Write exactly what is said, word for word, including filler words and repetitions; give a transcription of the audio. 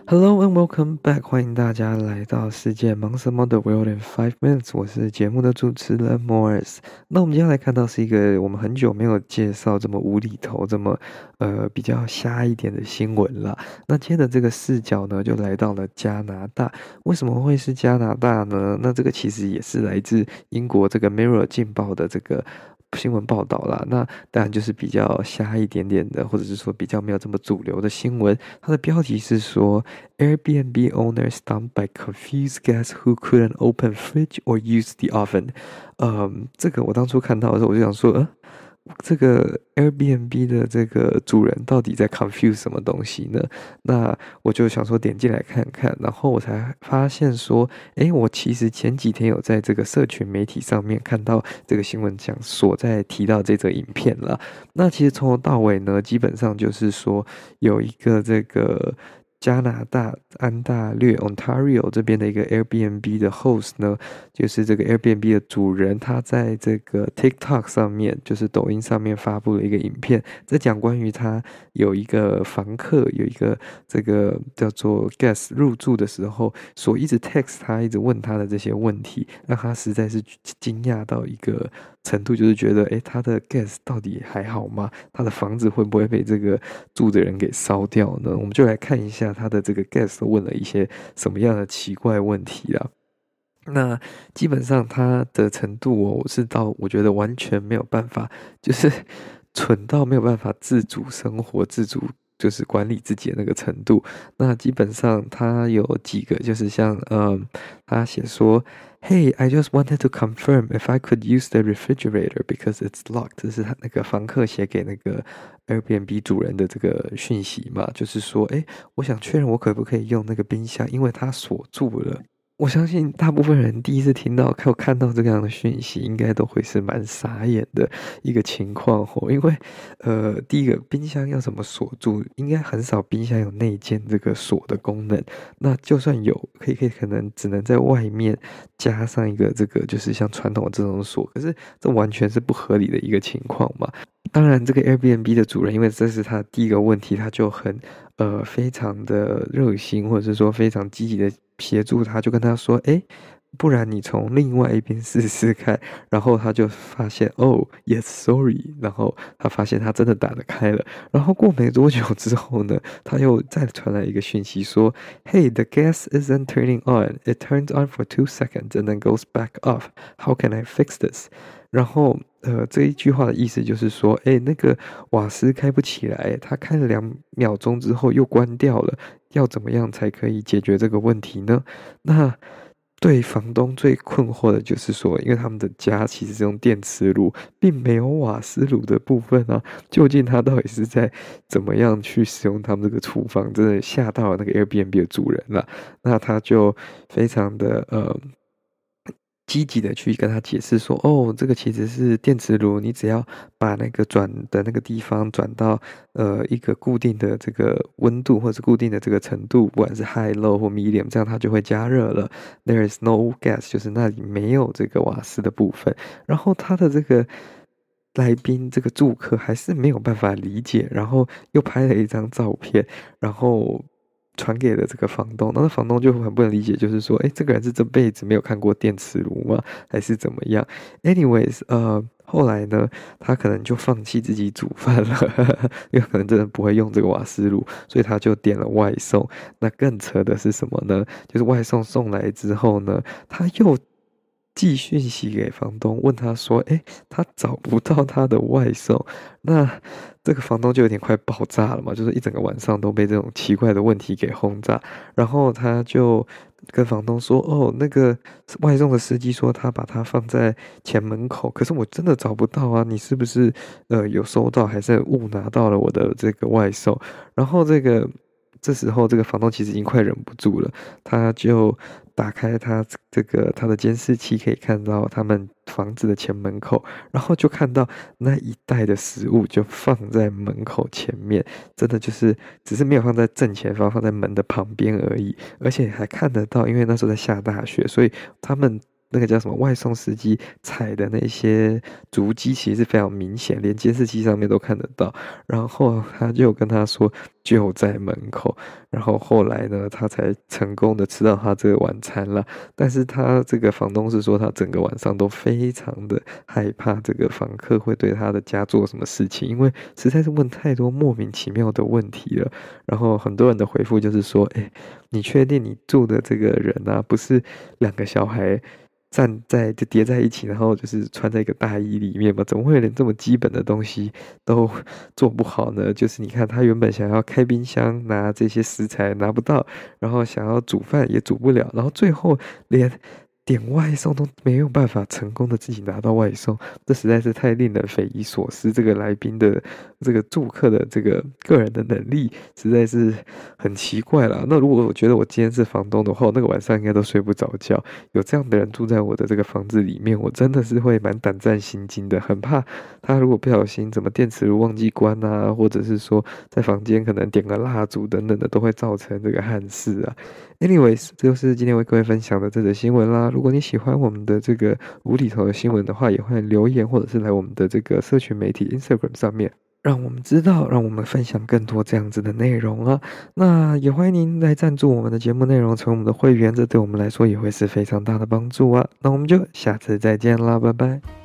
Hello and welcome back，欢迎大家来到世界忙什么的 World in Five Minutes，我是节目的主持人 Morris。那我们今天来看到是一个我们很久没有介绍这么无厘头、这么呃比较瞎一点的新闻啦。那今天的这个视角呢，就来到了加拿大。为什么会是加拿大呢？那这个其实也是来自英国这个 Mirror 劲爆的这个新闻报道啦。那当然就是比较瞎一点点的，或者是说比较没有这么主流的新闻。它的标题是说 Airbnb owner stumped by confused guests who couldn't open fridge or use the oven。嗯，这个我当初看到的时候，我就想说，呃，这个 Airbnb 的这个主人到底在 confuse 什么东西呢？那我就想说点进来看看，然后我才发现说，诶，我其实前几天有在这个社群媒体上面看到这个新闻讲所在提到这则影片了。那其实从头到尾呢，基本上就是说有一个这个加拿大安大略 Ontario 这边的一个 Airbnb 的 host 呢，就是这个 Airbnb 的主人，他在这个 TikTok 上面，就是抖音上面发布了一个影片，在讲关于他有一个房客，有一个这个叫做 guest 入住的时候，所一直 text 他，一直问他的这些问题，让他实在是惊讶到一个程度，就是觉得，诶，他的 guest 到底还好吗？他的房子会不会被这个住的人给烧掉呢？我们就来看一下他的这个 guest 问了一些什么样的奇怪问题啦。那基本上他的程度哦，我是到我觉得完全没有办法，就是蠢到没有办法自主生活、自主就是管理自己的那个程度。那基本上他有几个，就是像嗯，他写说，Hey, I just wanted to confirm if I could use the refrigerator because it's locked。这是他那个房客写给那个 Airbnb 主人的这个讯息嘛，就是说，诶，我想确认我可不可以用那个冰箱，因为它锁住了。我相信大部分人第一次听到、看看到这个样的讯息，应该都会是蛮傻眼的一个情况吼。因为，呃，第一个冰箱要怎么锁住？应该很少冰箱有内建这个锁的功能。那就算有，可以可以可能只能在外面加上一个这个，就是像传统的这种锁。可是这完全是不合理的一个情况嘛。当然，这个 Airbnb 的主人，因为这是他第一个问题，他就很呃非常的热心，或者是说非常积极的协助他，就跟他说，诶，不然你从另外一边试试看。然后他就发现，哦，yes sorry，然后他发现他真的打得开了。然后过没多久之后呢，他又再传来一个讯息说，Hey, the gas isn't turning on. It turns on for two seconds and then goes back off. How can I fix this? 然后，呃，这一句话的意思就是说，诶，那个瓦斯开不起来，它开了两秒钟之后又关掉了，要怎么样才可以解决这个问题呢？那对房东最困惑的就是说，因为他们的家其实是用电磁炉，并没有瓦斯炉的部分啊，究竟他到底是在怎么样去使用他们这个厨房，真的吓到了那个 Airbnb 的主人了。那他就非常的呃。积极的去跟他解释说，哦，这个其实是电磁炉，你只要把那个转的那个地方转到呃一个固定的这个温度或者是固定的这个程度，不管是 high、low 或 medium，这样它就会加热了。There is no gas，就是那里没有这个瓦斯的部分。然后他的这个来宾这个住客还是没有办法理解，然后又拍了一张照片，然后传给了这个房东，然后房东就很不能理解，就是说，诶，这个人是这辈子没有看过电磁炉吗？还是怎么样？Anyways，呃，后来呢，他可能就放弃自己煮饭了，因为可能真的不会用这个瓦斯炉，所以他就点了外送。那更扯的是什么呢？就是外送送来之后呢，他又寄讯息给房东，问他说：“诶，他找不到他的外送。”那这个房东就有点快爆炸了嘛，就是一整个晚上都被这种奇怪的问题给轰炸。然后他就跟房东说：“哦，那个外送的司机说他把它放在前门口，可是我真的找不到啊！你是不是呃有收到，还是误拿到了我的这个外送？”然后这个这时候这个房东其实已经快忍不住了，他就打开他这个他的监视器，可以看到他们房子的前门口，然后就看到那一袋的食物就放在门口前面，真的就是只是没有放在正前方，放在门的旁边而已，而且还看得到，因为那时候在下大雪，所以他们那个叫什么外送司机踩的那些足迹，其实是非常明显，连监视器上面都看得到。然后他就跟他说就在门口，然后后来呢，他才成功的吃到他这个晚餐啦。但是他这个房东是说，他整个晚上都非常的害怕这个房客会对他的家做什么事情，因为实在是问太多莫名其妙的问题了。然后很多人的回复就是说，哎，你确定你住的这个人啊，不是两个小孩站在就叠在一起，然后就是穿在一个大衣里面嘛？怎么会连这么基本的东西都做不好呢？就是你看他原本想要开冰箱拿这些食材拿不到，然后想要煮饭也煮不了，然后最后连点外送都没有办法成功的自己拿到外送，这实在是太令人匪夷所思。这个来宾的这个住客的这个个人的能力实在是很奇怪啦。那如果我觉得我今天是房东的话，我那个晚上应该都睡不着觉。有这样的人住在我的这个房子里面，我真的是会蛮胆战心惊的，很怕他如果不小心怎么电磁炉忘记关啊，或者是说在房间可能点个蜡烛等等的，都会造成这个憾事啊。Anyways，这就是今天为各位分享的这则新闻啦。如果你喜欢我们的这个无厘头的新闻的话，也欢迎留言或者是来我们的这个社群媒体 Instagram 上面，让我们知道，让我们分享更多这样子的内容啊。那也欢迎您来赞助我们的节目内容，成为我们的会员，这对我们来说也会是非常大的帮助啊。那我们就下次再见啦，拜拜。